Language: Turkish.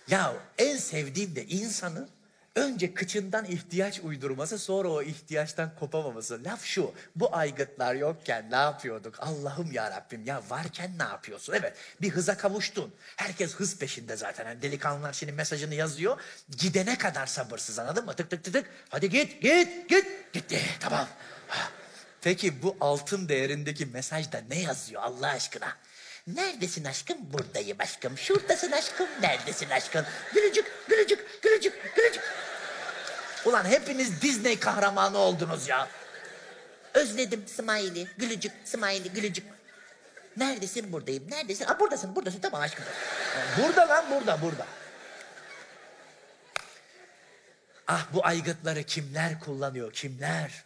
Ya en sevdiğim de insanın önce kıçından ihtiyaç uydurması, sonra o ihtiyaçtan kopamaması. Laf şu, bu aygıtlar yokken ne yapıyorduk? Allah'ım ya Rabbim, ya varken ne yapıyorsun? Evet, bir hıza kavuştun. Herkes hız peşinde zaten. Yani delikanlılar şimdi mesajını yazıyor. Gidene kadar sabırsız, anladın mı? Tık tık tık tık. Hadi git. Gitti, tamam. Peki bu altın değerindeki mesajda ne yazıyor Allah aşkına? Neredesin aşkım? Buradayım aşkım. Şuradasın aşkım. Neredesin aşkım? Gülücük, gülücük, gülücük, gülücük. Ulan hepiniz Disney kahramanı oldunuz ya. Özledim smiley, gülücük, smiley, gülücük. Neredesin? Buradayım. Neredesin? Aa, buradasın. Tamam aşkım. Burada lan, burada. Ah, bu aygıtları kimler kullanıyor, kimler?